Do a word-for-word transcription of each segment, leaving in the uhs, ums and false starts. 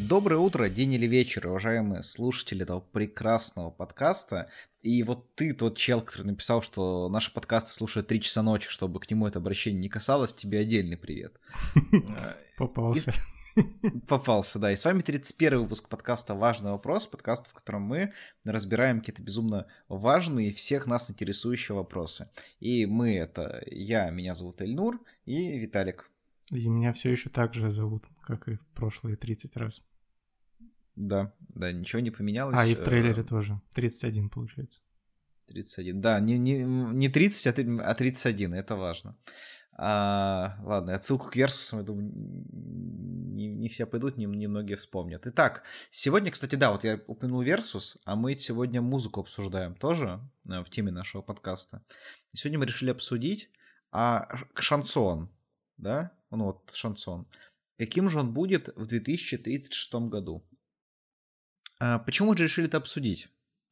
Доброе утро, день или вечер, уважаемые слушатели этого прекрасного подкаста. И вот ты тот чел, который написал, что наши подкасты слушают три часа ночи, чтобы к нему это обращение не касалось, тебе отдельный привет. Попался. Попался, да. И с вами тридцать первый выпуск подкаста «Важный вопрос», подкаст, в котором мы разбираем какие-то безумно важные, всех нас интересующие вопросы. И мы — это я, меня зовут Эльнур, и Виталик. И меня все еще так же зовут, как и в прошлые тридцать раз. Да, да, ничего не поменялось. А, и в трейлере тоже. тридцать один получается. тридцать один, да, не, не, не тридцать, а тридцать один, это важно. А, ладно, отсылку к Версусам, я думаю, не, не все пойдут, не, не многие вспомнят. Итак, сегодня, кстати, да, вот я упомянул Версус, а мы сегодня музыку обсуждаем тоже в теме нашего подкаста. И сегодня мы решили обсудить а, шансон, да, ну вот шансон. Каким же он будет в две тысячи тридцать шестом году? А, почему же решили это обсудить?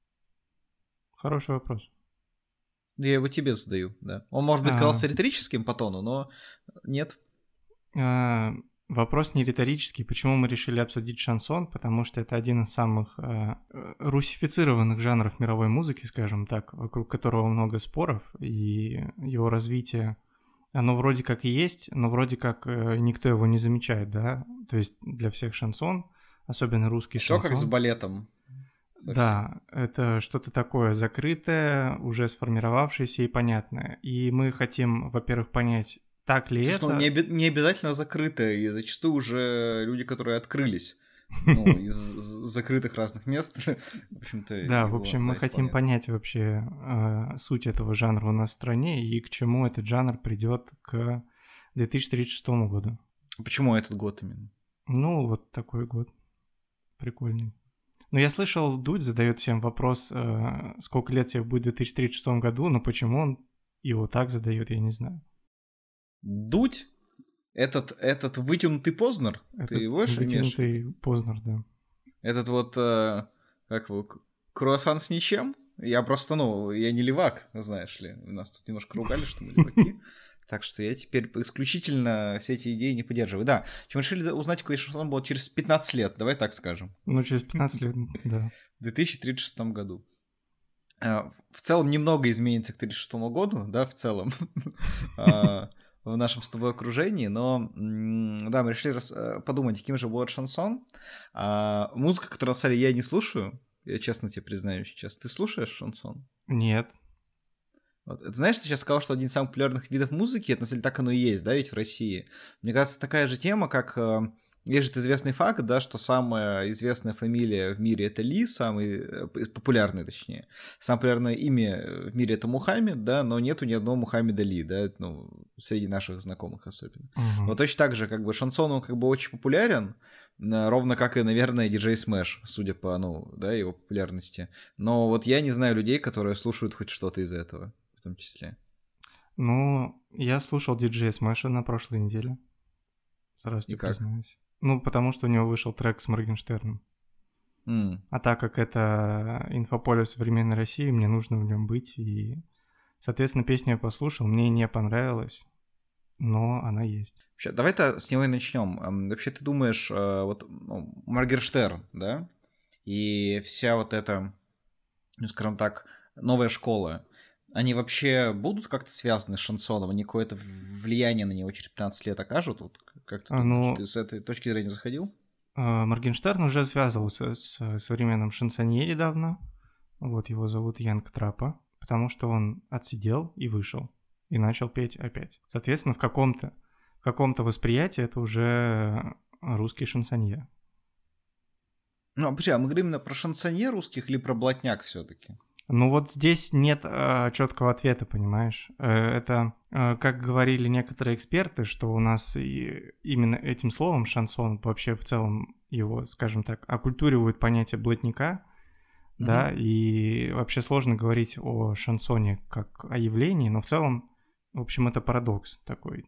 Хороший вопрос. Я его тебе задаю, да. Он, может быть, казался а... риторическим по тону, но нет. А, вопрос не риторический. Почему мы решили обсудить шансон? Потому что это один из самых а, русифицированных жанров мировой музыки, скажем так, вокруг которого много споров, и его развитие, оно вроде как и есть, но вроде как никто его не замечает, да? То есть для всех шансон, особенно русский Всё шансон. Все как с балетом. Совсем. Да, это что-то такое закрытое, уже сформировавшееся и понятное. И мы хотим, во-первых, понять, так ли Слушай, это... Ну, не, оби- не обязательно закрытое, и зачастую уже люди, которые открылись, ну, из закрытых разных мест, в общем-то... Да, в общем, мы хотим понять вообще суть этого жанра у нас в стране и к чему этот жанр придет к две тысячи тридцать шестому году. Почему этот год именно? Ну, вот такой год. Прикольный. Ну, я слышал, Дудь задает всем вопрос, э, сколько лет тебе будет в две тысячи тридцать шестом году, но почему он его так задает, я не знаю. Дудь? Этот, этот вытянутый Познер? Этот Ты его же имеешь? Вытянутый Познер, да. Этот вот, э, как его, круассан с ничем? Я просто, ну, я не левак, знаешь ли. Нас тут немножко ругали, что мы леваки. Так что я теперь исключительно все эти идеи не поддерживаю. Да, чем решили узнать, какой шансон был через пятнадцать лет, давай так скажем. Ну, через пятнадцать лет, да. В две тысячи тридцать шестом году. В целом немного изменится к тридцать шестому году, да, в целом, в нашем с тобой окружении, но, да, мы решили подумать, каким же будет шансон. Музыка, которую, на самом деле, я не слушаю, я честно тебе признаюсь сейчас. Ты слушаешь шансон? Нет. Вот. Это, знаешь, ты сейчас сказал, что один из самых популярных видов музыки, это на самом деле так оно и есть, да, ведь в России. Мне кажется, такая же тема, как... Э, есть же известный факт, да, что самая известная фамилия в мире — это Ли, самый э, популярный, точнее. Самое популярное имя в мире — это Мухаммед, да, но нету ни одного Мухаммеда Ли, да, ну, среди наших знакомых особенно. Угу. Вот точно так же, как бы, шансон, он как бы очень популярен, ровно как и, наверное, диджей Смэш, судя по, ну, да, его популярности. Но вот я не знаю людей, которые слушают хоть что-то из этого. В том числе. Ну, я слушал диджея Смэша на прошлой неделе. Сразу тебе признаюсь. Ну, потому что у него вышел трек с Моргенштерном. Mm. А так как это инфополе современной России, мне нужно в нем быть. И, соответственно, песню я послушал, мне не понравилось, но она есть. Вообще, давай-то с него и начнем. Вообще, ты думаешь, вот ну, Моргенштерн, да, и вся вот эта, ну, скажем так, новая школа, они вообще будут как-то связаны с шансоном? Они какое-то влияние на него через пятнадцать лет окажут? Вот как ты думаешь? Ну, ты с этой точки зрения заходил? Моргенштерн уже связывался с современным шансонье недавно. Вот его зовут Янг Трапа, потому что он отсидел и вышел, и начал петь опять. Соответственно, в каком-то, в каком-то восприятии это уже русский шансонье. Ну, а подожди, а мы говорим именно про шансонье русских или про блатняк все-таки? Ну вот здесь нет э, четкого ответа, понимаешь? Э, это, э, как говорили некоторые эксперты, что у нас и именно этим словом шансон вообще в целом его, скажем так, оккультуривают понятие блатника, mm-hmm. да, и вообще сложно говорить о шансоне как о явлении, но в целом, в общем, это парадокс такой.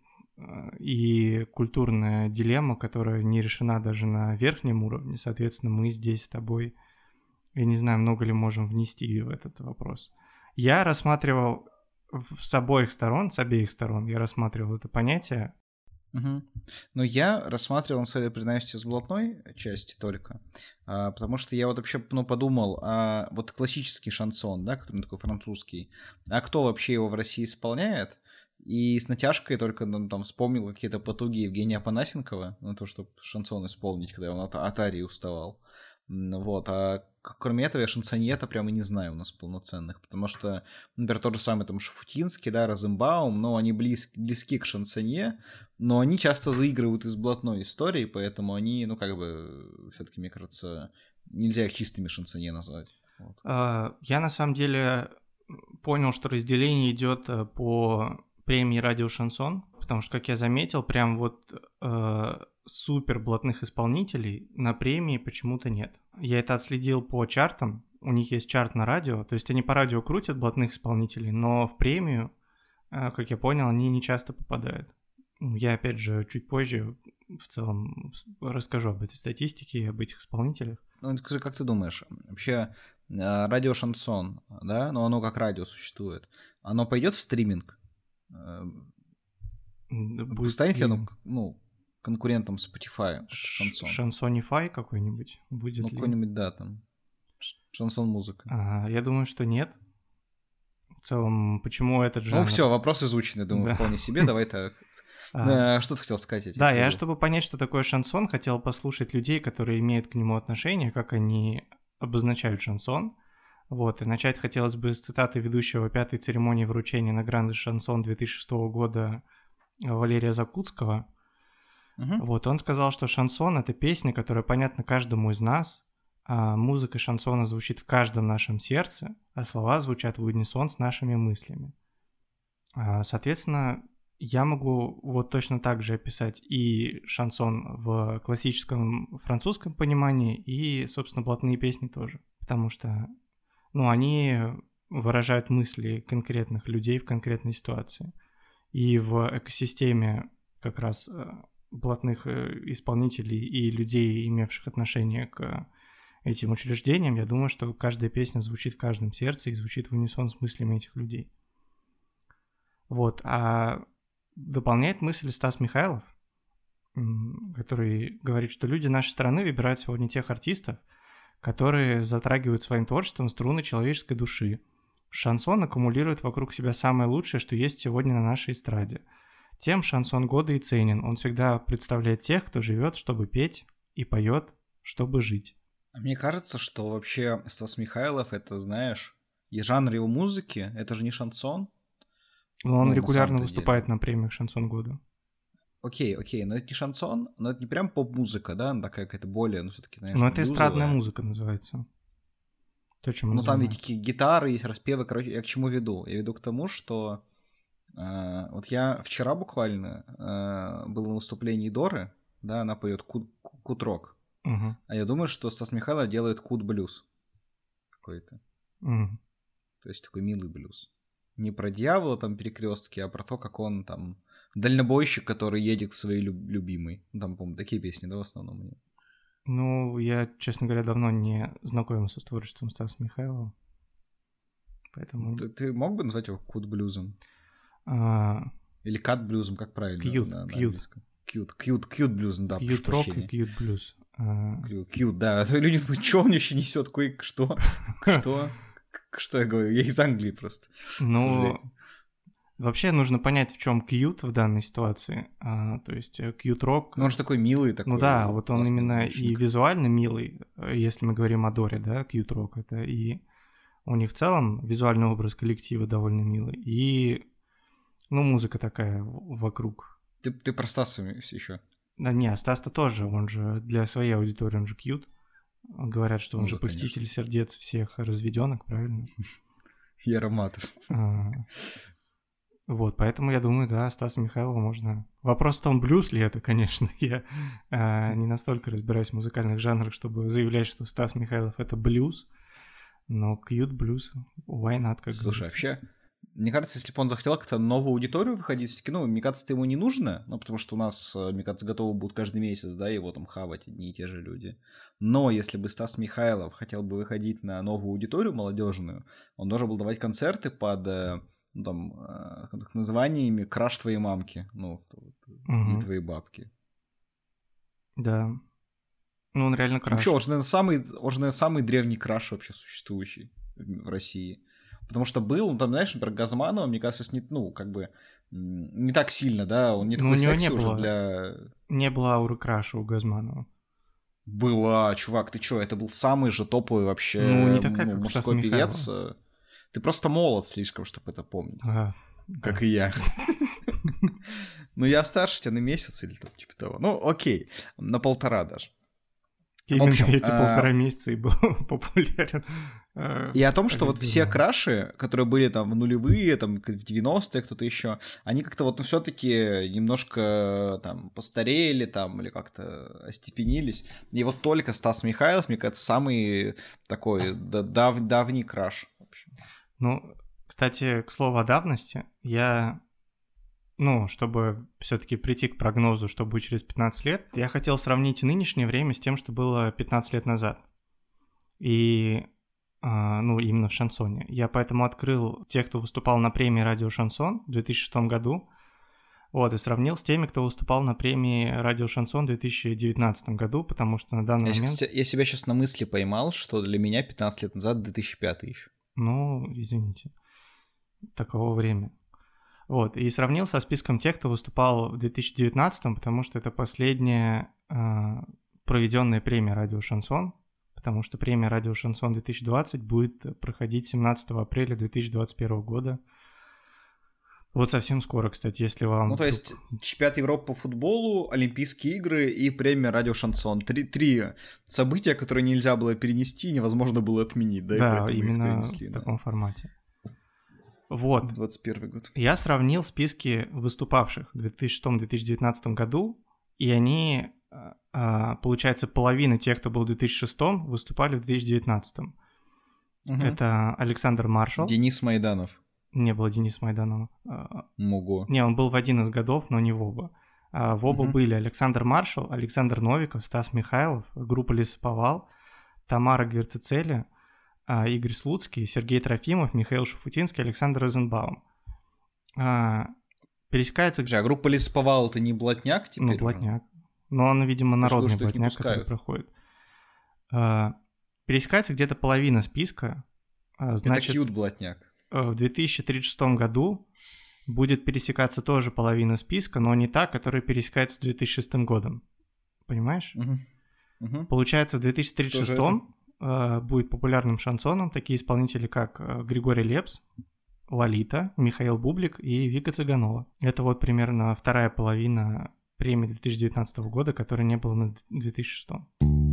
И культурная дилемма, которая не решена даже на верхнем уровне, соответственно, мы здесь с тобой... Я не знаю, много ли можем внести в этот вопрос. Я рассматривал с обоих сторон, с обеих сторон, я рассматривал это понятие Угу. Но я рассматривал, на самом деле, признаюсь, с блатной части только, а, потому что я вот вообще, ну, подумал, а вот классический шансон, да, который такой французский, а кто вообще его в России исполняет? И с натяжкой только, ну, там, вспомнил какие-то потуги Евгения Панасенкова на то, чтобы шансон исполнить, когда он от, от арии уставал. Вот, а кроме этого я шансоньета прямо не знаю у нас полноценных, потому что, например, тот же самый там Шафутинский, да, Розенбаум, но они близ, близки к шансонье, но они часто заигрывают из блатной истории, поэтому они, ну, как бы, все-таки, мне кажется, нельзя их чистыми шансонье назвать. Вот. Я на самом деле понял, что разделение идет по премии «Радио Шансон», потому что, как я заметил, прям вот э, супер блатных исполнителей на премии почему-то нет. Я это отследил по чартам, у них есть чарт на радио, то есть они по радио крутят блатных исполнителей, но в премию, э, как я понял, они не часто попадают. Я, опять же, чуть позже в целом расскажу об этой статистике и об этих исполнителях. Ну, скажи, как ты думаешь, вообще радио Шансон, да, но оно как радио существует, оно пойдет в стриминг? Будет станет ли оно, ну, конкурентом Spotify? Шансон. Шансонифай какой-нибудь будет ну, ли? какой-нибудь, да, там, шансон-музыка. А, я думаю, что нет. В целом, почему этот жанр... Ну, все, вопрос изученный, думаю, да. Вполне себе. Давай так. А, что ты хотел сказать? Да, я, чтобы понять, что такое шансон, хотел послушать людей, которые имеют к нему отношение, как они обозначают шансон. Вот, и начать хотелось бы с цитаты ведущего пятой церемонии вручения награды «Шансон» две тысячи шестого года Валерия Закутского. Uh-huh. Вот, он сказал, что шансон — это песня, которая понятна каждому из нас, а музыка шансона звучит в каждом нашем сердце, а слова звучат в унисон с нашими мыслями. Соответственно, я могу вот точно так же описать и шансон в классическом французском понимании, и, собственно, блатные песни тоже, потому что ну, они выражают мысли конкретных людей в конкретной ситуации. И в экосистеме как раз блатных исполнителей и людей, имевших отношение к этим учреждениям, я думаю, что каждая песня звучит в каждом сердце и звучит в унисон с мыслями этих людей. Вот, а дополняет мысль Стас Михайлов, который говорит, что люди нашей страны выбирают сегодня тех артистов, которые затрагивают своим творчеством струны человеческой души. Шансон аккумулирует вокруг себя самое лучшее, что есть сегодня на нашей эстраде. Тем шансон года и ценен. Он всегда представляет тех, кто живет, чтобы петь, и поет, чтобы жить. Мне кажется, что вообще Стас Михайлов, это, знаешь, и жанр его музыки, это же не шансон. Но он ну, регулярно выступает деле. на премиях «Шансон года». Окей, окей, но это не шансон, но это не прям поп-музыка, да, она такая какая-то более, ну, все-таки, знаешь, ну, это эстрадная музыка называется. То, чем ну, там ведь гитары есть, распевы, короче, я к чему веду? Я веду к тому, что э, вот я вчера буквально э, был на выступлении Доры, да, она поет кут-рок, угу. А я думаю, что Стас Михайлов делает кут-блюз какой-то. Угу. То есть такой милый блюз. Не про дьявола там перекрестки, а про то, как он там дальнобойщик, который едет к своей люб- любимой. Там, по-моему, такие песни, да, в основном. Ну, я, честно говоря, давно не знакомился с творчеством Стаса Михайлова. Поэтому... Ты, ты мог бы назвать его кут-блюзом? А... Или кат-блюзом, как правильно? Кьют, на, на кьют. Кьют, кьют, кьют-блюзом, да, прошу Кьют-рок прощения. и кьют-блюз. А... Кьют, да. Люди думают, что он еще несет? Какой, что? Что? Что я говорю? Я из Англии просто. Ну, вообще нужно понять, в чем кьют в данной ситуации. А, то есть кьют-рок... Ну, он же такой милый такой. Ну да, вот он именно мужчинка. И визуально милый, если мы говорим о Доре, да, кьют-рок. Это и у них в целом визуальный образ коллектива довольно милый. И, ну, музыка такая вокруг. Ты, ты про Стаса еще? Да не, Стас-то тоже, он же для своей аудитории, он же кьют. Говорят, что он ну, же да, похититель конечно. сердец всех разведенок, правильно? И ароматов. А, вот, поэтому я думаю, да, Стаса Михайлова можно... Вопрос в том, блюз ли это, конечно. Я а, не настолько разбираюсь в музыкальных жанрах, чтобы заявлять, что Стас Михайлов — это блюз, но кьют блюз, why not, как Слушай, говорится. вообще, мне кажется, если бы он захотел как-то новую аудиторию выходить, все-таки, ну, мне кажется, ему не нужно, ну, потому что у нас, мне кажется, готовы будут каждый месяц, да, его там хавать одни и те же люди. Но если бы Стас Михайлов хотел бы выходить на новую аудиторию молодежную, он должен был давать концерты под ну, там, э, так названиями «Краш твоей мамки», ну, Мгм. не твоей бабки. Да. Ну, он реально краш. Вообще, он же, наверное, самый, он же, наверное, самый древний краш вообще существующий в России. Потому что был, ну, там, знаешь, например, Газманова, мне кажется, не, ну, как бы, м, не так сильно, да, он не Ну, у такой него секси не уже было- для... Не было ауры краша у Газманова. Была, чувак, ты чё, это был самый же топовый вообще Ну, не такая, ну, как у мужской Стаса певец. Ты просто молод слишком, чтобы это помнить, Ага, как да. и я. Ну, я старше тебя на месяц или там типа того. Ну, окей, на полтора даже. Именно общем, эти а- полтора месяца и был популярен. э, И о том, что вот Олег все Газманов. краши, которые были там в нулевые, там в девяностые, кто-то еще, они как-то вот, ну, все-таки немножко там постарели там или как-то остепенились. И вот только Стас Михайлов, мне кажется, самый такой да- дав- давний краш. В общем. Ну, кстати, к слову о давности, я, ну, чтобы все-таки прийти к прогнозу, что будет через пятнадцать лет, я хотел сравнить нынешнее время с тем, что было пятнадцать лет назад. И, а, ну, именно в шансоне. Я поэтому открыл тех, кто выступал на премии «Радио Шансон» в две тысячи шестом году, вот, и сравнил с теми, кто выступал на премии «Радио Шансон» в две тысячи девятнадцатом году, потому что на данный Я, момент... кстати, я себя сейчас на мысли поймал, что для меня пятнадцать лет назад две тысячи пятый еще. Ну, извините, таково время. Вот, и сравнил со списком тех, кто выступал в две тысячи девятнадцатом, потому что это последняя э, проведенная премия «Радио Шансон», потому что премия «Радио Шансон две тысячи двадцать» будет проходить семнадцатого апреля две тысячи двадцать первого года. Вот совсем скоро, кстати, если вам... Ну, то вдруг- есть чемпионат Европы по футболу, Олимпийские игры и премия «Радио Шансон». Три, три события, которые нельзя было перенести, невозможно было отменить. Да, и Да, поэтому их именно перенесли в на таком формате. Вот. двадцать первый год. Я сравнил списки выступавших в две тысячи шестом - две тысячи девятнадцатом году, и они, а, а, получается, половина тех, кто был в две тысячи шестом, выступали в две тысячи девятнадцатом. Мгм. Это Александр Маршал. Денис Майданов. Не было Дениса Майданова. А, Мого. Не, он был в один из годов, но не в оба. А, В оба Мгм. были Александр Маршал, Александр Новиков, Стас Михайлов, группа Лесоповал, Тамара Гверцицели, а, Игорь Слуцкий, Сергей Трофимов, Михаил Шуфутинский, Александр Розенбаум. А, Пересекается... Слушай, а группа Лесповал — это не блатняк теперь? Ну, уже? блатняк. Но он, видимо, Я же говорю, народный что их не блатняк, который пускают. проходит. А, Пересекается где-то половина списка. А, Это Значит, кьют блатняк. э, в две тысячи тридцать шестом году будет пересекаться тоже половина списка, но не та, которая пересекается с две тысячи шестым годом. Понимаешь? Мгм. Мгм. Получается, в две тысячи тридцать шестом э, будет популярным шансоном такие исполнители, как э, Григорий Лепс, Лолита, Михаил Бублик и Вика Цыганова. Это вот примерно вторая половина премии две тысячи девятнадцатого года, которой не было на две тысячи шестом.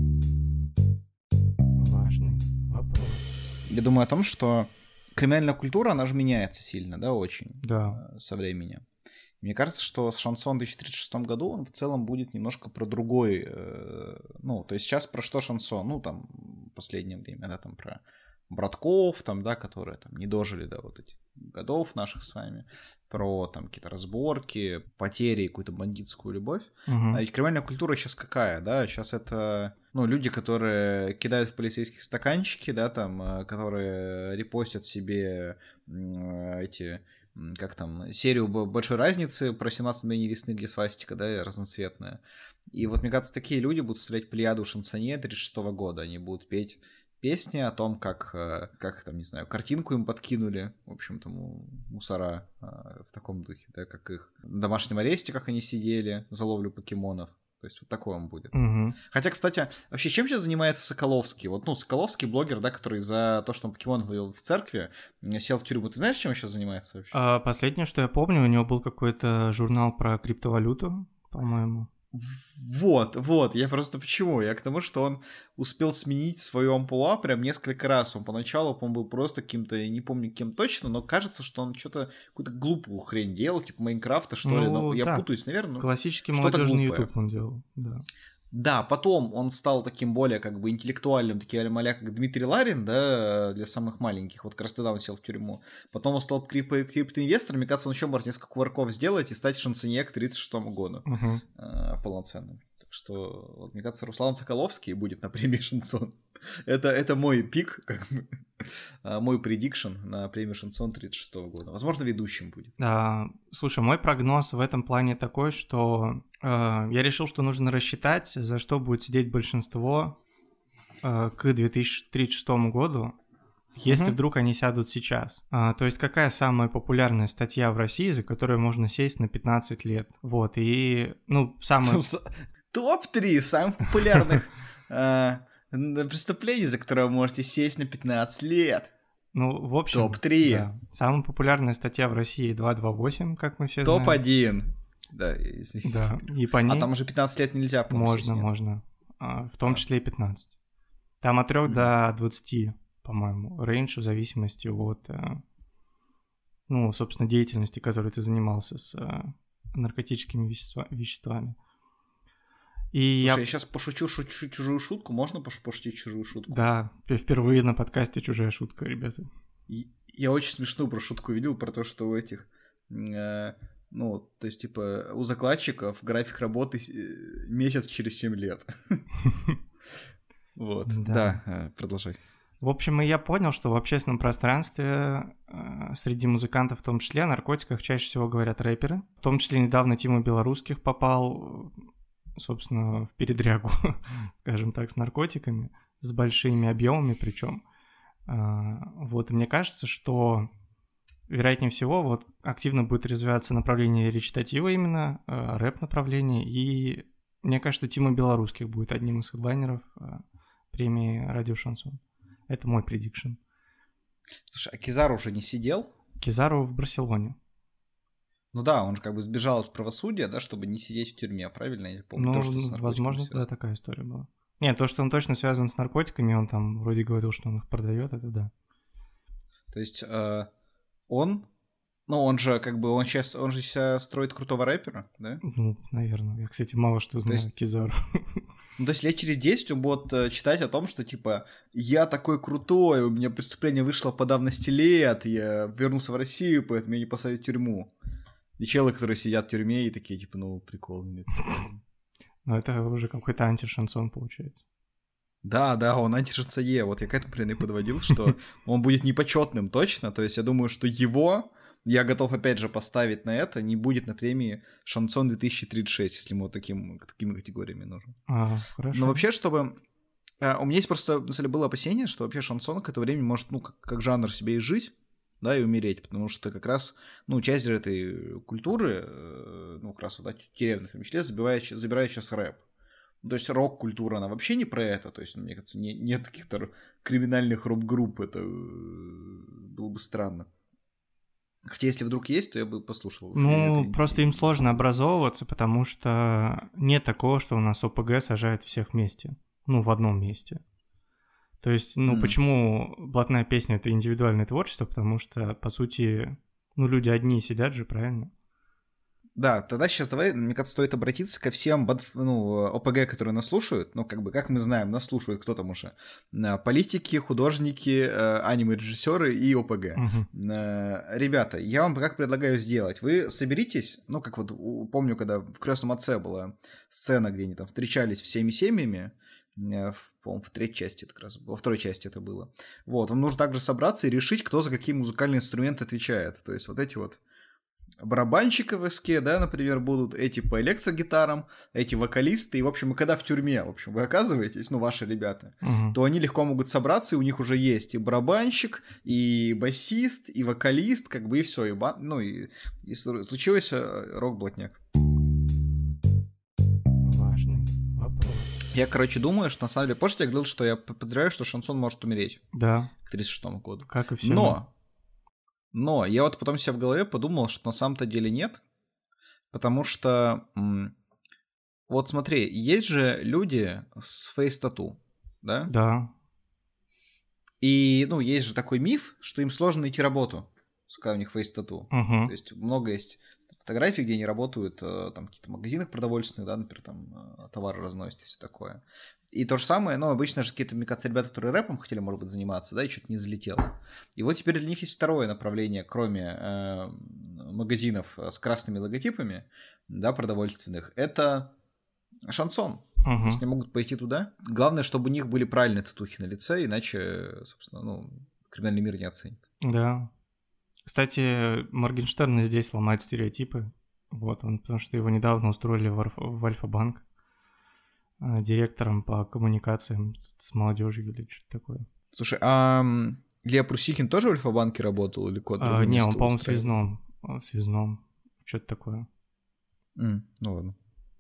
Важный вопрос. Я думаю о том, что криминальная культура, она же меняется сильно, да, очень Да. э, со временем. Мне кажется, что шансон в две тысячи тридцать шестом году, он в целом будет немножко про другой, э, ну, то есть сейчас про что шансон? Ну, там, в последнее время, да, там про братков, там, да, которые там не дожили до вот этих годов наших с вами, про там какие-то разборки, потери, какую-то бандитскую любовь. Мгм. А ведь криминальная культура сейчас какая, да? Сейчас это, ну, люди, которые кидают в полицейских стаканчики, да, там, э, которые репостят себе м, эти, м, как там, серию б- большой разницы про семнадцать мгновений весны, где свастика, да, разноцветная. И вот, мне кажется, такие люди будут стрелять плеяду шансонье тридцать шестого года. Они будут петь песни о том, как, э, как там, не знаю, картинку им подкинули, в общем-то, му- мусора э, в таком духе, да, как их в домашнем аресте, как они сидели за ловлю покемонов. То есть вот такое он будет. Мгм. Хотя, кстати, вообще чем сейчас занимается Соколовский? Вот, ну, Соколовский блогер, да, который за то, что он покемонов ловил в церкви, м, сел в тюрьму. Ты знаешь, чем он сейчас занимается вообще? А последнее, что я помню, у него был какой-то журнал про криптовалюту, по-моему. Вот, вот, я просто почему? Я к тому, что он успел сменить свою амплуа прям несколько раз. Он поначалу, по-моему, был просто каким-то, я не помню кем точно, но кажется, что он что-то, какую-то глупую хрень делал, типа Майнкрафта, что ли. Ну, Но я да. путаюсь, наверное. Классический что-то молодежный глупое. YouTube он делал, да. Да, потом он стал таким более как бы интеллектуальным, таким а-ля как Дмитрий Ларин, да, для самых маленьких. Вот как раз тогда он сел в тюрьму. Потом он стал крип- криптоинвестором. Мне кажется, он еще может несколько кувырков сделать и стать шансонье к тридцать шестому году Мгм. э, полноценным. Так что, вот, мне кажется, Руслан Соколовский будет на премии «Шансон». это, это мой пик, как бы, мой предикшн на премию «Шансон» тридцать шестого года. Возможно, ведущим будет. А, слушай, мой прогноз в этом плане такой, что э, я решил, что нужно рассчитать, за что будет сидеть большинство э, к две тысячи тридцать шестому году, если mm-hmm. вдруг они сядут сейчас. А, то есть какая самая популярная статья в России, за которую можно сесть на пятнадцать лет? Вот, и, ну, самая... топ три самых популярных преступлений, за которые вы можете сесть на пятнадцать лет. Ну, в общем... топ три. Да. Самая популярная статья в России два двадцать восемь, как мы все топ знаем. топ один. Да, да, и по ней... А там уже пятнадцать лет нельзя, по-моему. Можно, можно. А, в том да. числе и пятнадцать. Там от трёх mm-hmm. до двадцати, по-моему, рейндж в зависимости от, ну, собственно, деятельности, которой ты занимался с наркотическими вещества- веществами. И Слушай, я... я сейчас пошучу шучу, чужую шутку. Можно пошутить чужую шутку? Да, впервые на подкасте чужая шутка, ребята. Я очень смешную про шутку видел, про то, что у этих, э, ну, то есть, типа, у закладчиков график работы месяц через семь лет. Вот, да, продолжай. В общем, и я понял, что в общественном пространстве среди музыкантов, в том числе, о наркотиках чаще всего говорят рэперы. В том числе недавно Тима Белорусских попал... собственно, в передрягу, скажем так, с наркотиками, с большими объемами причем. Вот, и мне кажется, что, вероятнее всего, вот активно будет развиваться направление речитатива именно, рэп-направление, и мне кажется, Тима Белорусских будет одним из хедлайнеров премии «Радио Шансон». Это мой предикшн. Слушай, а Кизару уже не сидел? Кизару в Барселоне. Ну да, он же как бы сбежал от правосудия, да, чтобы не сидеть в тюрьме, правильно? Я помню, ну, то, что с возможно, да, такая история была. Нет, то, что он точно связан с наркотиками, он там вроде говорил, что он их продает, это да. То есть э, он, ну он же как бы, он сейчас, он же сейчас строит крутого рэпера, да? Ну, наверное. Я, кстати, мало что знаю о Кизару. Ну, то есть лет через десять он будет читать о том, что, типа, я такой крутой, у меня преступление вышло по давности лет, я вернулся в Россию, поэтому меня не посадят в тюрьму. И челы, которые сидят в тюрьме и такие, типа, ну, прикол. Ну, это уже какой-то антишансон получается. Да, да, он антишансонье. Вот я к этому, примерно, и подводил, что он будет непочетным точно. То есть я думаю, что его, я готов опять же поставить на это, не будет на премии «Шансон две тысячи тридцать шесть», если ему вот таким, такими категориями нужен. А, хорошо. Но вообще, чтобы... У меня есть просто, на самом деле, было опасение, что вообще шансон к этому времени может, ну, как, как жанр себе и жить, да, и умереть, потому что как раз, ну, часть же этой культуры, ну, как раз, вот, да, тюремной в том числе, забивает, забирает сейчас рэп. То есть рок-культура, она вообще не про это, то есть, мне кажется, не, нет каких-то криминальных рок-групп, это было бы странно. Хотя если вдруг есть, то я бы послушал. Ну, это... просто им сложно образовываться, потому что нет такого, что у нас ОПГ сажает всех вместе, ну, в одном месте. То есть, ну, mm. почему блатная песня — это индивидуальное творчество? Потому что, по сути, ну, люди одни сидят же, правильно? Да, тогда сейчас давай, мне кажется, стоит обратиться ко всем, ну, ОПГ, которые нас слушают. Ну, как бы, как мы знаем, нас слушают кто там уже? Политики, художники, аниме-режиссеры и ОПГ. Uh-huh. Ребята, я вам как предлагаю сделать. Вы соберитесь, ну, как вот помню, когда в «Крестном отце» была сцена, где они там встречались всеми семьями, в, по-моему, в третьей части это как раз, во второй части это было. Вот, вам нужно также собраться и решить, кто за какие музыкальные инструменты отвечает. То есть вот эти вот барабанщики в эске, да, например, будут, эти по электрогитарам, эти вокалисты, и, в общем, и когда в тюрьме, в общем, вы оказываетесь, ну, ваши ребята, uh-huh. то они легко могут собраться, и у них уже есть и барабанщик, и басист, и вокалист, как бы, и все, и ба... ну, и, и случился рок-блатняк. Важный вопрос. Я, короче, думаю, что, на самом деле, помнишь, я говорил, что я подозреваю, что шансон может умереть? Да. К тридцать шестому году. Как и все. Но... Но я вот потом себе в голове подумал, что на самом-то деле нет, потому что, м- вот смотри, есть же люди с фейс-тату, да? Да. И, ну, есть же такой миф, что им сложно найти работу, когда у них фейс-тату. Угу. То есть много есть фотографий, где они работают там в каких-то магазинах продовольственных, да, например, там товары разносят и все такое. И то же самое, ну, обычно же какие-то, мне кажется, ребята, которые рэпом хотели, может быть, заниматься, да, и что-то не взлетело. И вот теперь для них есть второе направление, кроме э, магазинов с красными логотипами, да, продовольственных, это шансон. Угу. То есть они могут пойти туда. Главное, чтобы у них были правильные татухи на лице, иначе, собственно, ну, криминальный мир не оценит. Да. Кстати, Моргенштерн здесь ломает стереотипы. Вот он, потому что его недавно устроили в, Альфа, в Альфа-банк директором по коммуникациям с молодежью или что-то такое. Слушай, а Илья Прусихин тоже в Альфа-банке работал или код? А, не, он, по-моему, в связном. В связном. Что-то такое. Mm, ну ладно.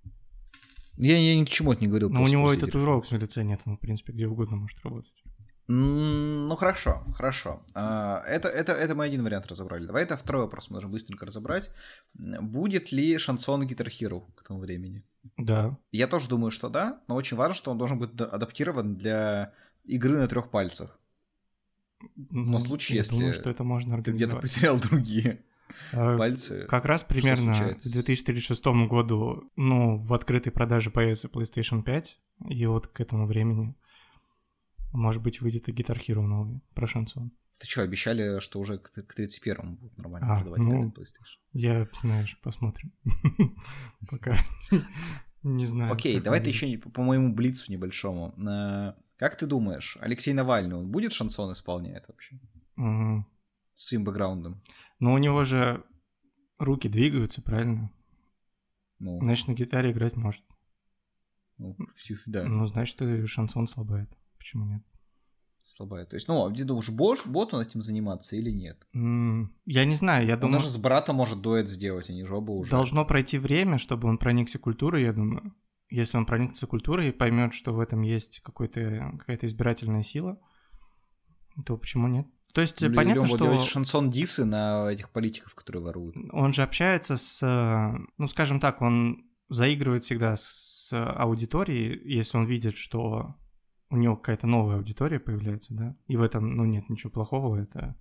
Я, я ни к чему не говорил. Но у него и татуировок на лице нет, он, в принципе, где угодно может работать. Mm, ну хорошо, хорошо. А, это, это, это мы один вариант разобрали. Давай это второй вопрос мы можем быстренько разобрать. Будет ли шансон Guitar Hero к тому времени? Да. Я тоже думаю, что да, но очень важно, что он должен быть адаптирован для игры на трех пальцах. Ну, на случай, я если думаю, что это можно ты где-то потерял другие а, пальцы. Как раз примерно к две тысячи тридцать шестому году, ну, в открытой продаже появится PlayStation пять, и вот к этому времени, может быть, выйдет и Guitar Hero новый про шансон. Ты что, обещали, что уже к тридцать первому будут нормально а, продавать ну, PlayStation? Я, знаешь, посмотрим. Пока не знаю. Окей, давай ты еще по моему блицу небольшому. Как ты думаешь, Алексей Навальный, он будет шансон исполнять вообще? Угу. С своим бэкграундом? Ну, у него же руки двигаются, правильно? Ну. Значит, на гитаре играть может. Ну, да. Ну, значит, и шансон слабает. Почему нет? Слабая. То есть, ну, а ты думаешь, бот, бот он этим заниматься или нет? Mm, я не знаю, я он думаю... Он даже с братом может дуэт сделать, они же оба уже... Должно пройти время, чтобы он проникся культурой, я думаю. Если он проникнется культурой и поймет, что в этом есть какой-то, какая-то избирательная сила, то почему нет? То есть или, понятно, или он что... делать шансон-дисы на этих политиков, которые воруют. Он же общается с... Ну, скажем так, он заигрывает всегда с аудиторией, если он видит, что... у него какая-то новая аудитория появляется, да, и в этом, ну, нет ничего плохого, это,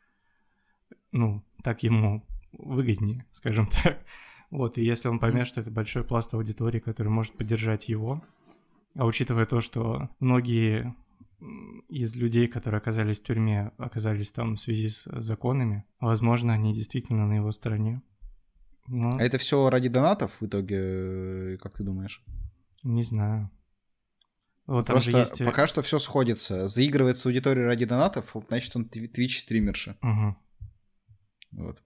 ну, так ему выгоднее, скажем так. Вот, и если он поймет, что это большой пласт аудитории, который может поддержать его, а учитывая то, что многие из людей, которые оказались в тюрьме, оказались там в связи с законами, возможно, они действительно на его стороне. Но... А это все ради донатов в итоге, как ты думаешь? Не знаю. Вот Просто там же есть... пока что все сходится. Заигрывается аудитория ради донатов, значит, он твич-стримерша. Угу. Вот.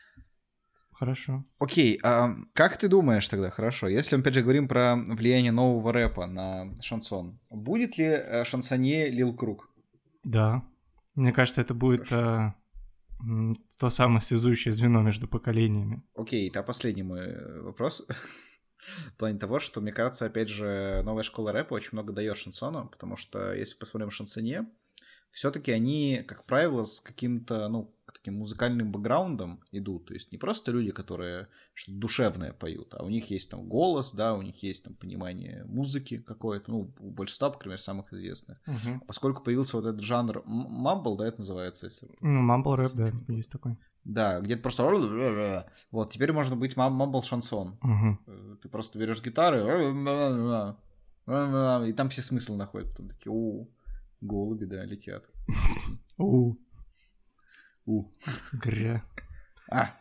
Хорошо. Окей, а как ты думаешь тогда, хорошо, если мы опять же говорим про влияние нового рэпа на шансон, будет ли шансонье Лил Круг? Да. Мне кажется, это будет а, то самое связующее звено между поколениями. Окей, это последний мой вопрос. В плане того, что, мне кажется, опять же, новая школа рэпа очень много дает шансону, потому что, если посмотрим шансонье, все-таки они, как правило, с каким-то, ну, таким музыкальным бэкграундом идут. То есть не просто люди, которые что-то душевное поют, а у них есть там голос, да, у них есть там понимание музыки какое-то, ну, у большинства, по крайней мере, самых известных. Угу. Поскольку появился вот этот жанр мамбл, да, это называется? Если... Ну, мамбл рэп, да, есть такой. Да, где-то просто... Вот, теперь можно быть мамбл шансон. Угу. Ты просто берешь гитары, и там все смысл находят. Потом такие, у голуби, да, летят. У У Гря. А.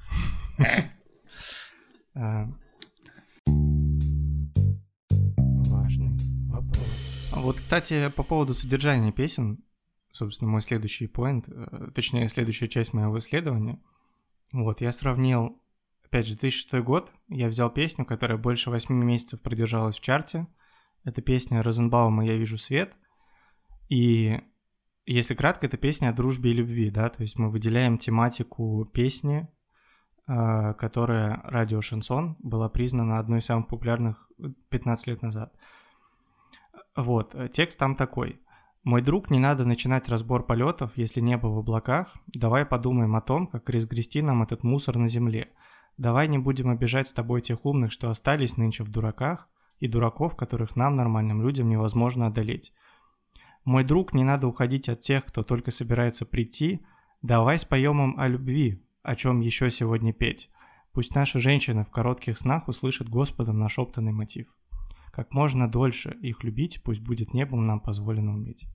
Важный вопрос. Вот, кстати, по поводу содержания песен, собственно, мой следующий поинт, точнее, следующая часть моего исследования. Вот, я сравнил, опять же, две тысячи шестой год, я взял песню, которая больше восьми месяцев продержалась в чарте. Это песня Розенбаума «Я вижу свет». И, если кратко, это песня о дружбе и любви, да, то есть мы выделяем тематику песни, которая радио «Шансон» была признана одной из самых популярных пятнадцать лет назад. Вот, текст там такой. «Мой друг, не надо начинать разбор полетов, если небо в облаках. Давай подумаем о том, как разгрести нам этот мусор на земле. Давай не будем обижать с тобой тех умных, что остались нынче в дураках, и дураков, которых нам, нормальным людям, невозможно одолеть. Мой друг, не надо уходить от тех, кто только собирается прийти. Давай споем им о любви, о чем еще сегодня петь. Пусть наши женщины в коротких снах услышат Господом нашептанный мотив. Как можно дольше их любить, пусть будет небом нам позволено уметь».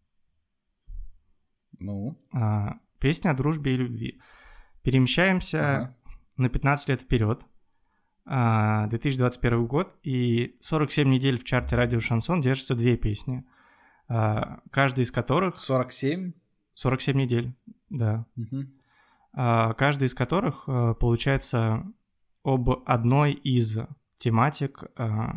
Ну? А, песня о дружбе и любви. Перемещаемся ага. на пятнадцать лет вперед. две тысячи двадцать первый год, и сорок семь недель в чарте радио Шансон держатся две песни, каждая из которых... сорок семь? сорок семь недель, да. Угу. Каждая из которых, получается, об одной из тематик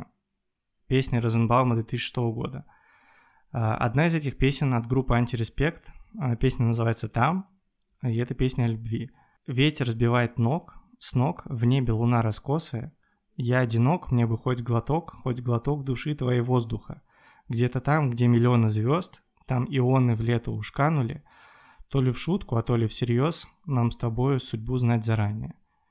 песни Розенбаума две тысячи шестого года. Одна из этих песен от группы «Антиреспект», песня называется «Там», и это песня о любви. «Ветер сбивает ног, с ног, в небе луна раскосая. Я одинок, мне бы хоть глоток, хоть глоток души твоей воздуха. Где-то там, где миллионы звезд, там ионы в лето уж канули. То ли в шутку, а то ли всерьез, нам с тобою судьбу знать заранее».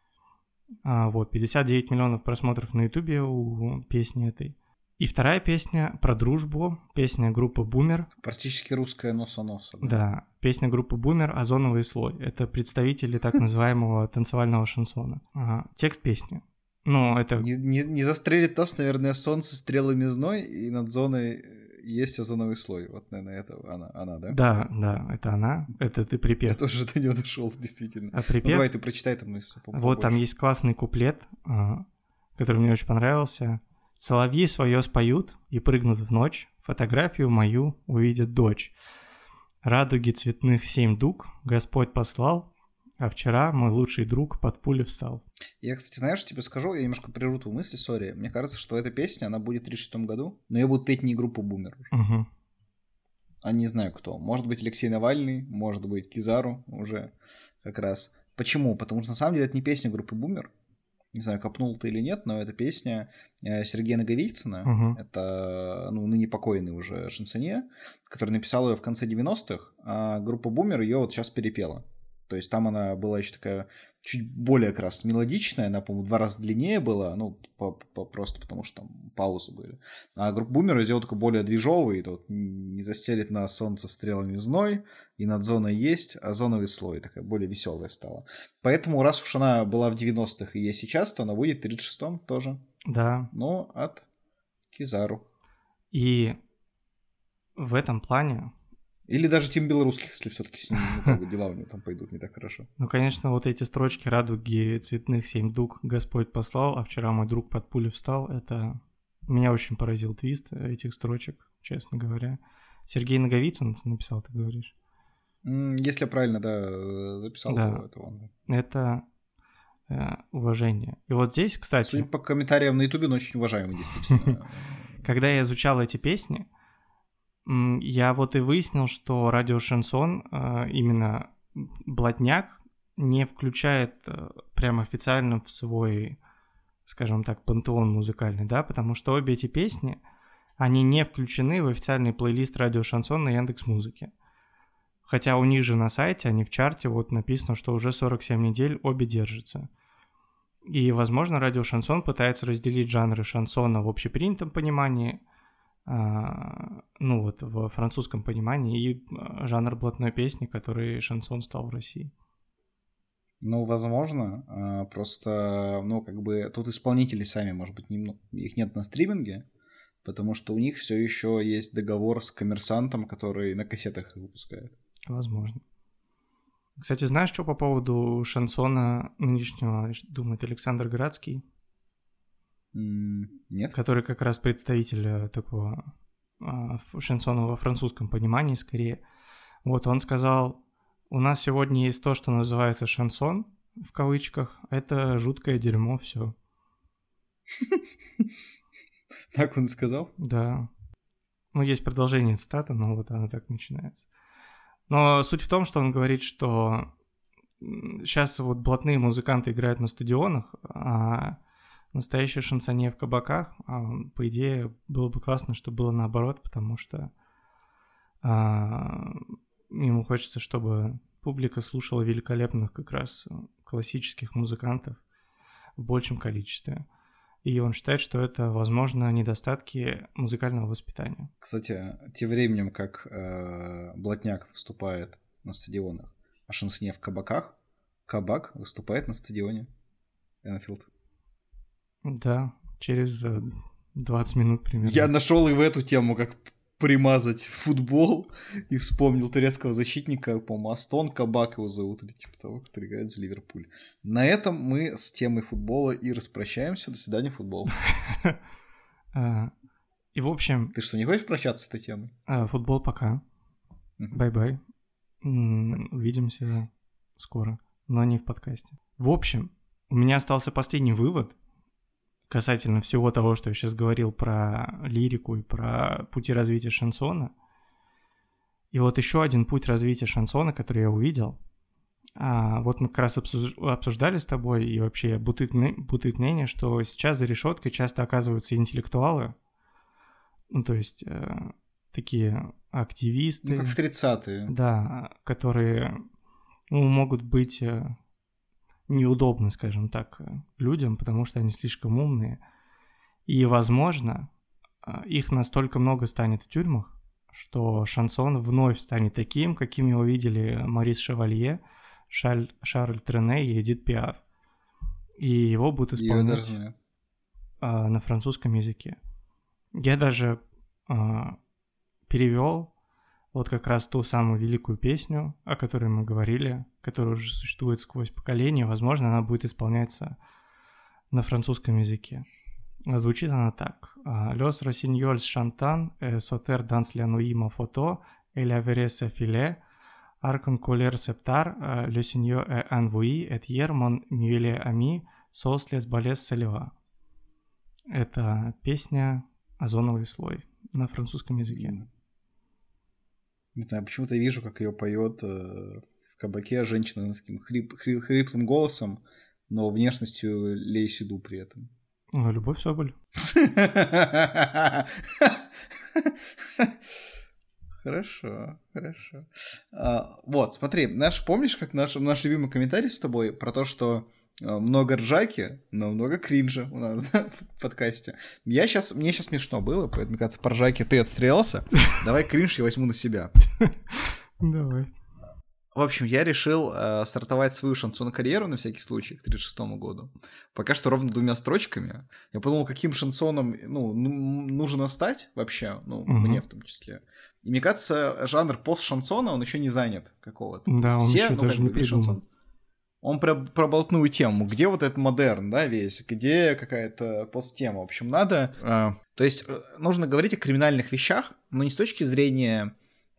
А, вот, пятьдесят девять миллионов просмотров на ютубе у песни этой. И вторая песня про дружбу, песня группы «Бумер». Практически русская носа-носа. Да? Да, песня группы «Бумер» «Озоновый слой». Это представители так называемого танцевального шансона. Ага. Текст песни. Ну, это... Не, не, не застрелит нас, наверное, солнце стрелами зной, и над зоной есть озоновый слой. Вот, наверное, это она, она, да? Да, да, это она. Это ты припев. Я тоже до него дошел, действительно. А припев... Ну, давай ты прочитай там. Мы вот побольше. Там есть классный куплет, который мне очень понравился. «Соловьи свое споют и прыгнут в ночь, фотографию мою увидит дочь. Радуги цветных семь дуг Господь послал, а вчера мой лучший друг под пули встал». Я, кстати, знаешь, тебе скажу, я немножко прерву твою мысль, сори. Мне кажется, что эта песня, она будет в тридцать шестом году, но ее будут петь не группа «Бумер» уже. Угу. А не знаю кто. Может быть, Алексей Навальный, может быть, Кизару уже как раз. Почему? Потому что, на самом деле, это не песня группы «Бумер». Не знаю, копнул ты или нет, но это песня Сергея Наговицына. Uh-huh. Это, ну, ныне покойный уже шансонье, который написал ее в конце девяностых, а группа «Бумер» ее вот сейчас перепела. То есть там она была еще такая чуть более как раз мелодичная, она, по-моему, в два раза длиннее была, ну, по- по- просто потому что там паузы были. А группа «Бумер» сделала такой более движовый, вот, не застелит нас солнце стрелами зной, и над зоной есть озоновый слой, такая более веселая стала. Поэтому, раз уж она была в девяностых и есть сейчас, то она будет в тридцать шестом тоже. Да. Но от Кизару. И в этом плане... Или даже Тим Белорусских, если все-таки с ним ну, дела у него там пойдут не так хорошо. Ну, конечно, вот эти строчки «Радуги цветных семь дуг Господь послал, а вчера мой друг под пули встал», это... Меня очень поразил твист этих строчек, честно говоря. Сергей Наговицын написал, ты говоришь? Если я правильно, да, записал, да. то это он. Это э, уважение. И вот здесь, кстати... Судя по комментариям на ютубе, он очень уважаемый, действительно. Когда я изучал эти песни, я вот и выяснил, что радио Шансон, именно блатняк, не включает прям официально в свой, скажем так, пантеон музыкальный, да, потому что обе эти песни, они не включены в официальный плейлист радио Шансон на Яндекс.Музыке. Хотя у них же на сайте, они в чарте, вот написано, что уже сорок семь недель обе держатся. И, возможно, радио Шансон пытается разделить жанры шансона в общепринятом понимании, ну вот в французском понимании, и жанр блатной песни, который шансон стал в России. Ну, возможно, просто, ну, как бы тут исполнители сами, может быть, не, их нет на стриминге, потому что у них все еще есть договор с коммерсантом, который на кассетах их выпускает. Возможно. Кстати, знаешь, что по поводу шансона нынешнего думает Александр Градский? Нет. Который как раз представитель такого а, шансона во французском понимании скорее. Вот он сказал: у нас сегодня есть то, что называется шансон, в кавычках. Это жуткое дерьмо, все. Так он сказал? Да. Ну, есть продолжение цитаты, но вот она так начинается. Но суть в том, что он говорит, что сейчас вот блатные музыканты играют на стадионах, а настоящие шансонье в кабаках. А, по идее, было бы классно, чтобы было наоборот, потому что а, ему хочется, чтобы публика слушала великолепных как раз классических музыкантов в большем количестве. И он считает, что это, возможно, недостатки музыкального воспитания. Кстати, тем временем, как э, блатняк выступает на стадионах, а шансонье в кабаках, кабак выступает на стадионе Энфилд. Да, через двадцать минут примерно. Я нашел и в эту тему, как примазать футбол и вспомнил турецкого защитника, по-моему, Астон Кабак его зовут, или типа того, который играет за Ливерпуль. На этом мы с темой футбола и распрощаемся. До свидания, футбол. И в общем... Ты что, не хочешь прощаться с этой темой? Футбол пока. Бай-бай. Увидимся скоро, но не в подкасте. В общем, у меня остался последний вывод касательно всего того, что я сейчас говорил про лирику и про пути развития шансона. И вот еще один путь развития шансона, который я увидел. А, вот мы как раз обсуждали с тобой, и вообще бытует, бытует мнение, что сейчас за решеткой часто оказываются интеллектуалы, ну, то есть э, такие активисты. Ну, как в тридцатые. Да, которые ну, могут быть э, неудобны, скажем так, людям, потому что они слишком умные. И, возможно, их настолько много станет в тюрьмах, что шансон вновь станет таким, каким его видели Морис Шевалье, Шаль, Шарль Трене и Эдит Пиаф. И его будут исполнять а, на французском языке. Я даже а, перевел вот как раз ту самую великую песню, о которой мы говорили, которая уже существует сквозь поколения. Возможно, она будет исполняться на французском языке. Звучит она так. «Лёс росиньоль шантан, сотер данс ля нуима фото, эля вересе филе, аркон колер септар, ле синьо э анвуи, эт ер мон мюэле ами, сос лес балес салева». Это песня «Озоновый слой» на французском языке. Не знаю, почему-то вижу, как ее поет э, в кабаке женщина с таким хрип, хрип, хриплым голосом, но внешностью Лей Седу при этом. Любовь Соболь. Хорошо, хорошо. А, вот, смотри, наш, помнишь, как наш, наш любимый комментарий с тобой про то, что много ржаки, но много кринжа у нас да, в подкасте. Я сейчас, мне сейчас смешно было, поэтому, мне кажется, по ржаке ты отстрелялся. Давай кринж я возьму на себя. Давай. В общем, я решил э, стартовать свою шансон-карьеру на всякий случай к тридцать шестому году. Пока что ровно двумя строчками. Я подумал, каким шансоном ну, нужно стать вообще, ну, угу. мне в том числе. И мне кажется, жанр пост-шансона, он еще не занят какого-то. Да, он все, еще ну, даже не придумал. Шансон, он про проболтную тему, где вот этот модерн, да, весь, где какая-то посттема. В общем, надо... Э, то есть нужно говорить о криминальных вещах, но не с точки зрения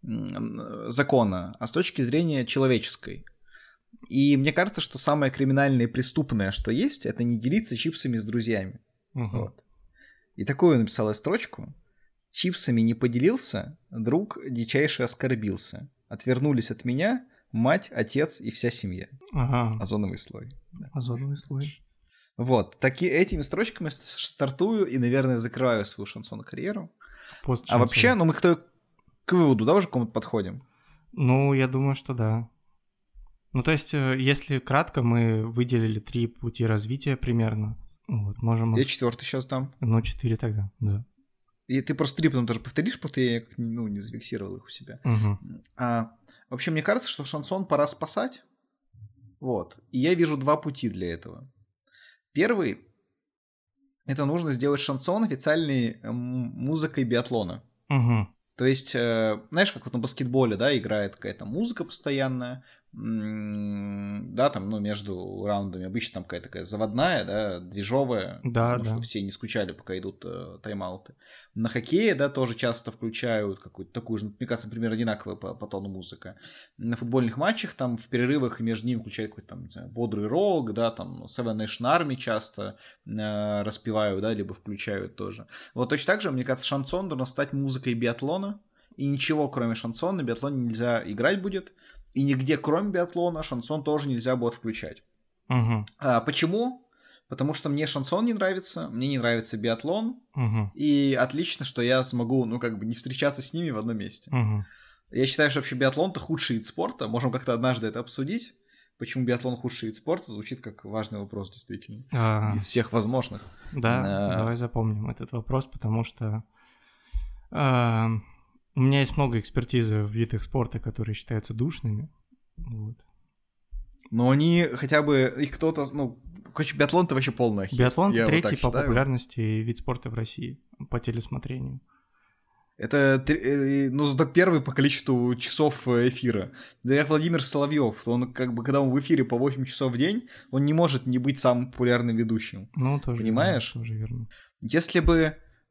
закона, а с точки зрения человеческой. И мне кажется, что самое криминальное и преступное, что есть, это не делиться чипсами с друзьями. Угу. Вот. И такую написала строчку. «Чипсами не поделился, друг дичайше оскорбился. Отвернулись от меня мать, отец и вся семья». Ага. Озоновый слой. Озоновый слой. Вот. Таки, этими строчками стартую и, наверное, закрываю свою шансон-карьеру. А вообще, ну мы кто... к выводу, да, уже к кому-то подходим? Ну, я думаю, что да. Ну, то есть, если кратко, мы выделили три пути развития примерно. Вот, можем... Я четвертый сейчас дам. Ну, четыре тогда, да. И ты просто три потом тоже повторишь, потому что я ну, не зафиксировал их у себя. Угу. А, вообще, мне кажется, что шансон пора спасать. Вот. И я вижу два пути для этого. Первый — это нужно сделать шансон официальной музыкой биатлона. Угу. То есть, э, знаешь, как вот на баскетболе, да, играет какая-то музыка постоянная, м- да, там, ну, между раундами обычно там какая-то такая заводная, да, движовая, да, потому да. что все не скучали, пока идут э, тайм-ауты. На хоккее, да, тоже часто включают какую-то такую же, мне кажется, примерно одинаковая по, по тону музыка. На футбольных матчах там в перерывах между ними включают какой-то там, не знаю, бодрый рок, да, там Seven Nation Army часто э, распевают, да, либо включают тоже. Вот точно так же, мне кажется, шансон должен стать музыкой биатлона. И ничего, кроме шансона, на биатлоне нельзя играть будет. И нигде, кроме биатлона, шансон тоже нельзя будет включать. Угу. А, почему? Потому что мне шансон не нравится, мне не нравится биатлон. Угу. И отлично, что я смогу, ну, как бы не встречаться с ними в одном месте. Угу. Я считаю, что вообще биатлон — это худший вид спорта. Можем как-то однажды это обсудить. Почему биатлон худший вид спорта, звучит как важный вопрос, действительно. А-а-а. Из всех возможных. Да, а- давай запомним этот вопрос, потому что... А- У меня есть много экспертизы в видах спорта, которые считаются душными. Вот. Но они хотя бы, их кто-то, ну, короче, биатлон-то вообще полная херня. Биатлон — это третий вот по популярности вид спорта в России по телесмотрению. Это, ну, зато первый по количеству часов эфира. Да, как Владимир Соловьев, он как бы, когда он в эфире по восемь часов в день, он не может не быть самым популярным ведущим. Ну, тоже понимаешь? Верно, тоже верно. Если бы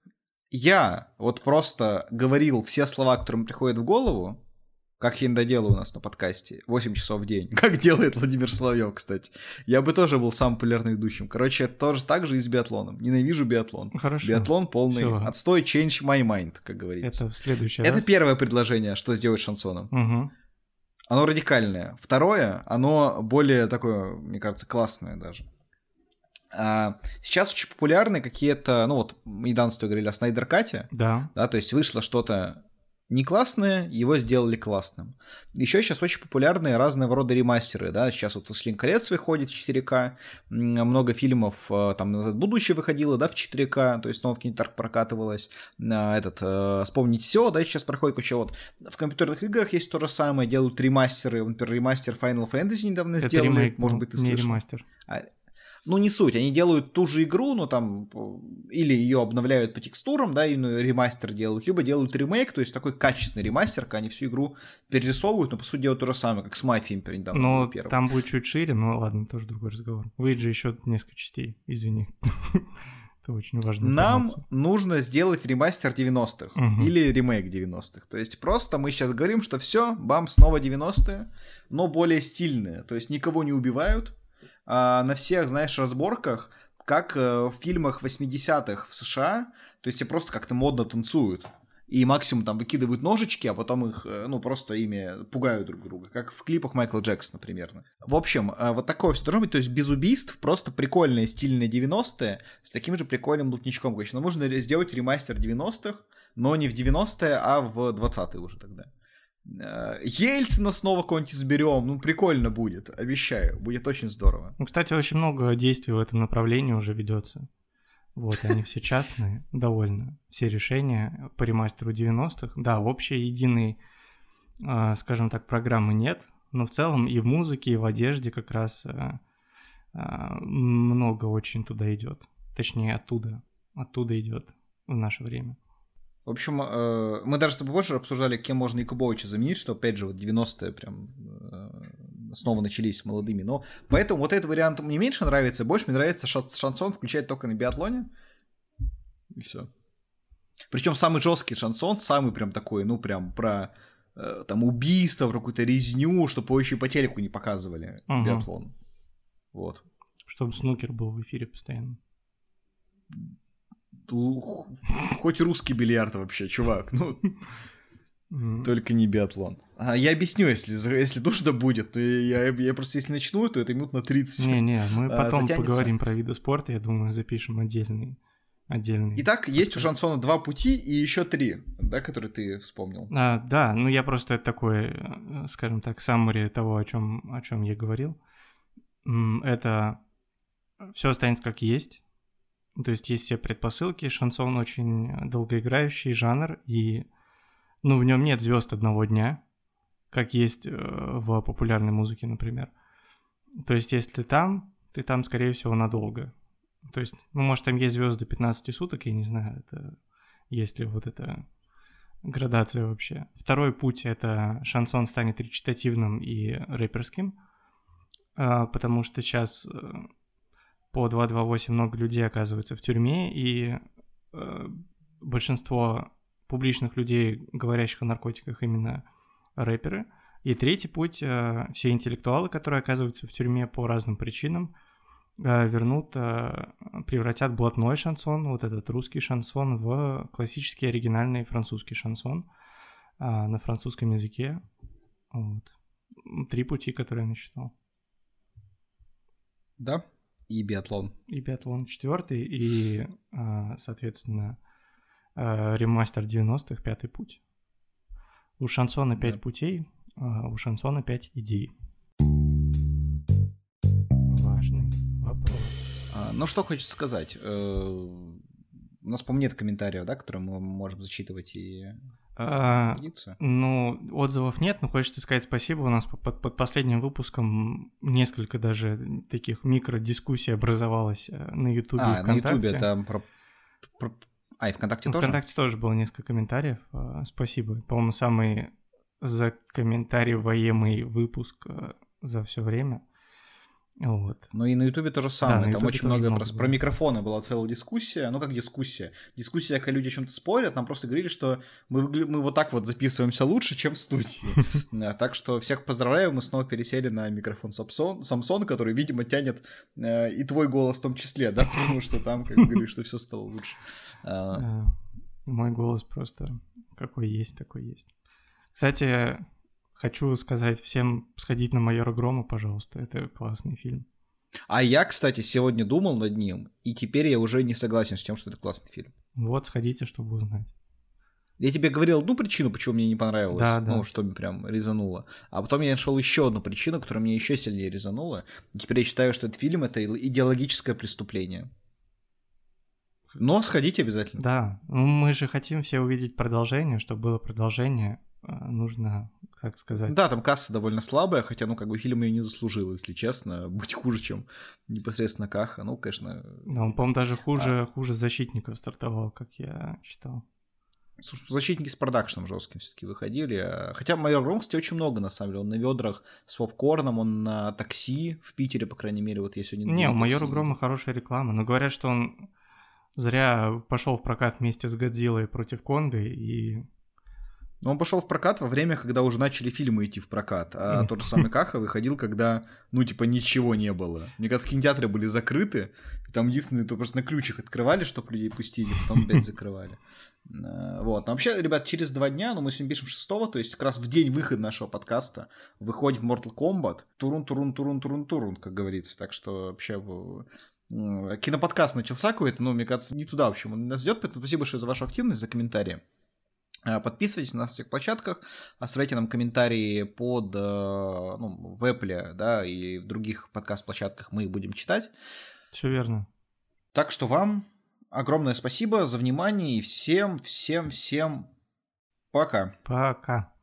я вот просто говорил все слова, которые мне приходят в голову, как я иногда делаю у нас на подкасте, восемь часов в день, как делает Владимир Соловьев, кстати, я бы тоже был самым популярным ведущим. Короче, это тоже так же и с биатлоном. Ненавижу биатлон. Хорошо. Биатлон полный Всё. отстой, change my mind, как говорится. Это в следующий Это раз. первое предложение, что сделать с шансоном. Угу. Оно радикальное. Второе, оно более такое, мне кажется, классное даже. А, сейчас очень популярны какие-то, ну вот, мы недавно с тобой говорили о Снайдер-кате, Да. да, то есть вышло что-то не классное, его сделали классным. Еще сейчас очень популярные разного рода ремастеры, да, сейчас вот «Властелин колец» выходит в четыре ка, много фильмов там «Назад в будущее» выходило, да, в четыре ка, то есть снова в кинотеатрах прокатывалось, этот, «Вспомнить все», да, сейчас проходит куча вот, в компьютерных играх есть то же самое, делают ремастеры, например, ремастер Final Fantasy недавно Это сделали, ремейк, может ну, быть, ты не слышал. ремастер. А, ну, не суть, они делают ту же игру, но там или ее обновляют по текстурам, да, и ну, ремастер делают, либо делают ремейк, то есть такой качественный ремастер, когда они всю игру перерисовывают, но по сути делают то же самое, как с Мафией, например, недавно. Но там будет чуть шире, но ладно, тоже другой разговор. Выйдет же еще несколько частей, извини. Это очень важно. Нам нужно сделать ремастер девяностых угу. или ремейк девяностых. То есть просто мы сейчас говорим, что все, бам, снова девяностые, но более стильные. То есть никого не убивают. А на всех, знаешь, разборках, как в фильмах восьмидесятых в США, то есть все просто как-то модно танцуют. И максимум там выкидывают ножички, а потом их, ну, просто ими пугают друг друга. Как в клипах Майкла Джексона примерно. В общем, вот такое все должно быть. То есть без убийств, просто прикольные стильные девяностые с таким же прикольным блатничком. Конечно, можно сделать ремастер девяностых, но не в девяностые, а в двадцатые уже тогда. Ельцина снова кого-нибудь изберем. Ну, прикольно будет, обещаю. Будет очень здорово. Ну, кстати, очень много действий в этом направлении уже ведется. Вот, они все частные, довольно. Все решения по ремастеру девяностых. Да, общей единой, скажем так, программы нет, но в целом и в музыке, и в одежде как раз много очень туда идет. Точнее, оттуда. Оттуда идет в наше время. В общем, мы даже с тобой больше обсуждали, кем можно Якубовича заменить, что, опять же, вот девяностые прям снова начались молодыми. Но поэтому вот этот вариант мне меньше нравится, больше мне нравится шансон включать только на биатлоне. И все. Причем самый жесткий шансон, самый прям такой, ну, прям про там убийство, про какую-то резню, чтобы еще и по телеку не показывали угу. биатлон. Вот. Чтобы снукер был в эфире постоянно. Хоть русский бильярд вообще, чувак, ну, mm. только не биатлон. А, я объясню, если, если нужно будет, то я, я просто, если начну, то это минут на тридцать. Не-не, мы потом затянется. Поговорим про виды спорта, я думаю, запишем отдельный. отдельный. Итак, есть у шансона два пути и еще три, да, которые ты вспомнил. А, да, ну я просто это такой, скажем так, саммари того, о чем, о чем я говорил. Это все останется как есть. То есть есть все предпосылки, шансон очень долгоиграющий жанр, и ну, в нем нет звезд одного дня, как есть в популярной музыке, например. То есть если ты там, ты там, скорее всего, надолго. То есть, ну, может, там есть звезды пятнадцать суток, я не знаю, это есть ли вот эта градация вообще. Второй путь — это шансон станет речитативным и рэперским, потому что сейчас... По два двадцать восемь много людей оказывается в тюрьме, и э, большинство публичных людей, говорящих о наркотиках, именно рэперы. И третий путь э, – все интеллектуалы, которые оказываются в тюрьме по разным причинам, э, вернут, э, превратят блатной шансон, вот этот русский шансон, в классический оригинальный французский шансон э, на французском языке. Вот. Три пути, которые я насчитал. Да. И биатлон. И биатлон четвертый, и, соответственно, ремастер девяностых, пятый путь. У шансона пять да. путей, у шансона пять идей. Важный вопрос. А, ну, что хочется сказать. У нас, по-моему, нет комментариев, да, которые мы можем зачитывать и... А, ну, отзывов нет, но хочется сказать спасибо. У нас под, под последним выпуском несколько даже таких микродискуссий образовалось на Ютубе а, и ВКонтакте. на Ютубе там про, про, А, и ВКонтакте Ну, тоже? ВКонтакте тоже было несколько комментариев. а, Спасибо. По-моему, самый закомментариваемый выпуск а, за все время. Вот. Ну и на Ютубе то же Да, самое. на Там Ютубе очень тоже много, много просто было. про микрофоны была целая дискуссия. Ну как дискуссия? Дискуссия, когда люди о чем-то спорят, нам просто говорили, что мы, выгля- мы вот так вот записываемся лучше, чем в студии. Да, так что всех поздравляю, мы снова пересели на микрофон Samsung, Samsung, который, видимо, тянет э, и твой голос в том числе, да, потому что там, как говоришь, что все стало лучше. А, А, Мой голос просто какой есть, такой есть. Кстати, хочу сказать всем сходить на «Майора Грома», пожалуйста. Это классный фильм. А я, кстати, сегодня думал над ним, и теперь я уже не согласен с тем, что это классный фильм. Вот, сходите, чтобы узнать. Я тебе говорил одну причину, почему мне не понравилось, Да, ну, да. что мне прям резануло. А потом я нашел еще одну причину, которая мне еще сильнее резанула. И теперь я считаю, что этот фильм — это идеологическое преступление. Но сходите обязательно. Да, ну мы же хотим все увидеть продолжение. Чтобы было продолжение, а, нужно, как сказать... Да, там касса довольно слабая, хотя, ну, как бы фильм ее не заслужил, если честно. Будь хуже, чем непосредственно Каха. Ну, конечно... Да, он, по-моему, даже хуже, А. хуже «Защитников» стартовал, как я читал. Слушай, защитники с продакшном жестким все-таки выходили. Хотя «Майор Гром», кстати, очень много, на самом деле. Он на ведрах с попкорном, он на такси в Питере, по крайней мере. Вот я сегодня... Не, у на «Майора такси Грома» ездил. хорошая реклама, но говорят, что он зря пошел в прокат вместе с «Годзиллой» против Конга, и... Но он пошел в прокат во время, когда уже начали фильмы идти в прокат. А Мгм. тот же самый Каха выходил, когда, ну, типа, ничего не было. Мне кажется, кинотеатры были закрыты. И там единственное, то просто на ключ их открывали, чтобы людей пустили, потом опять закрывали. А, Вот. Но вообще, ребят, через два дня, ну, мы сегодня пишем шестого, то есть как раз в день выхода нашего подкаста выходит Mortal Kombat. Турун-турун-турун-турун-турун, как говорится. Так что вообще... э, киноподкаст начался какой-то, но, мне кажется, не туда, в общем, он нас ждет. Поэтому спасибо большое за вашу активность, за комментарии. Подписывайтесь на нас на всех площадках, оставляйте нам комментарии под, ну, в Apple, да, и в других подкаст-площадках мы их будем читать. Все верно. Так что вам огромное спасибо за внимание и всем, всем, всем пока. Пока.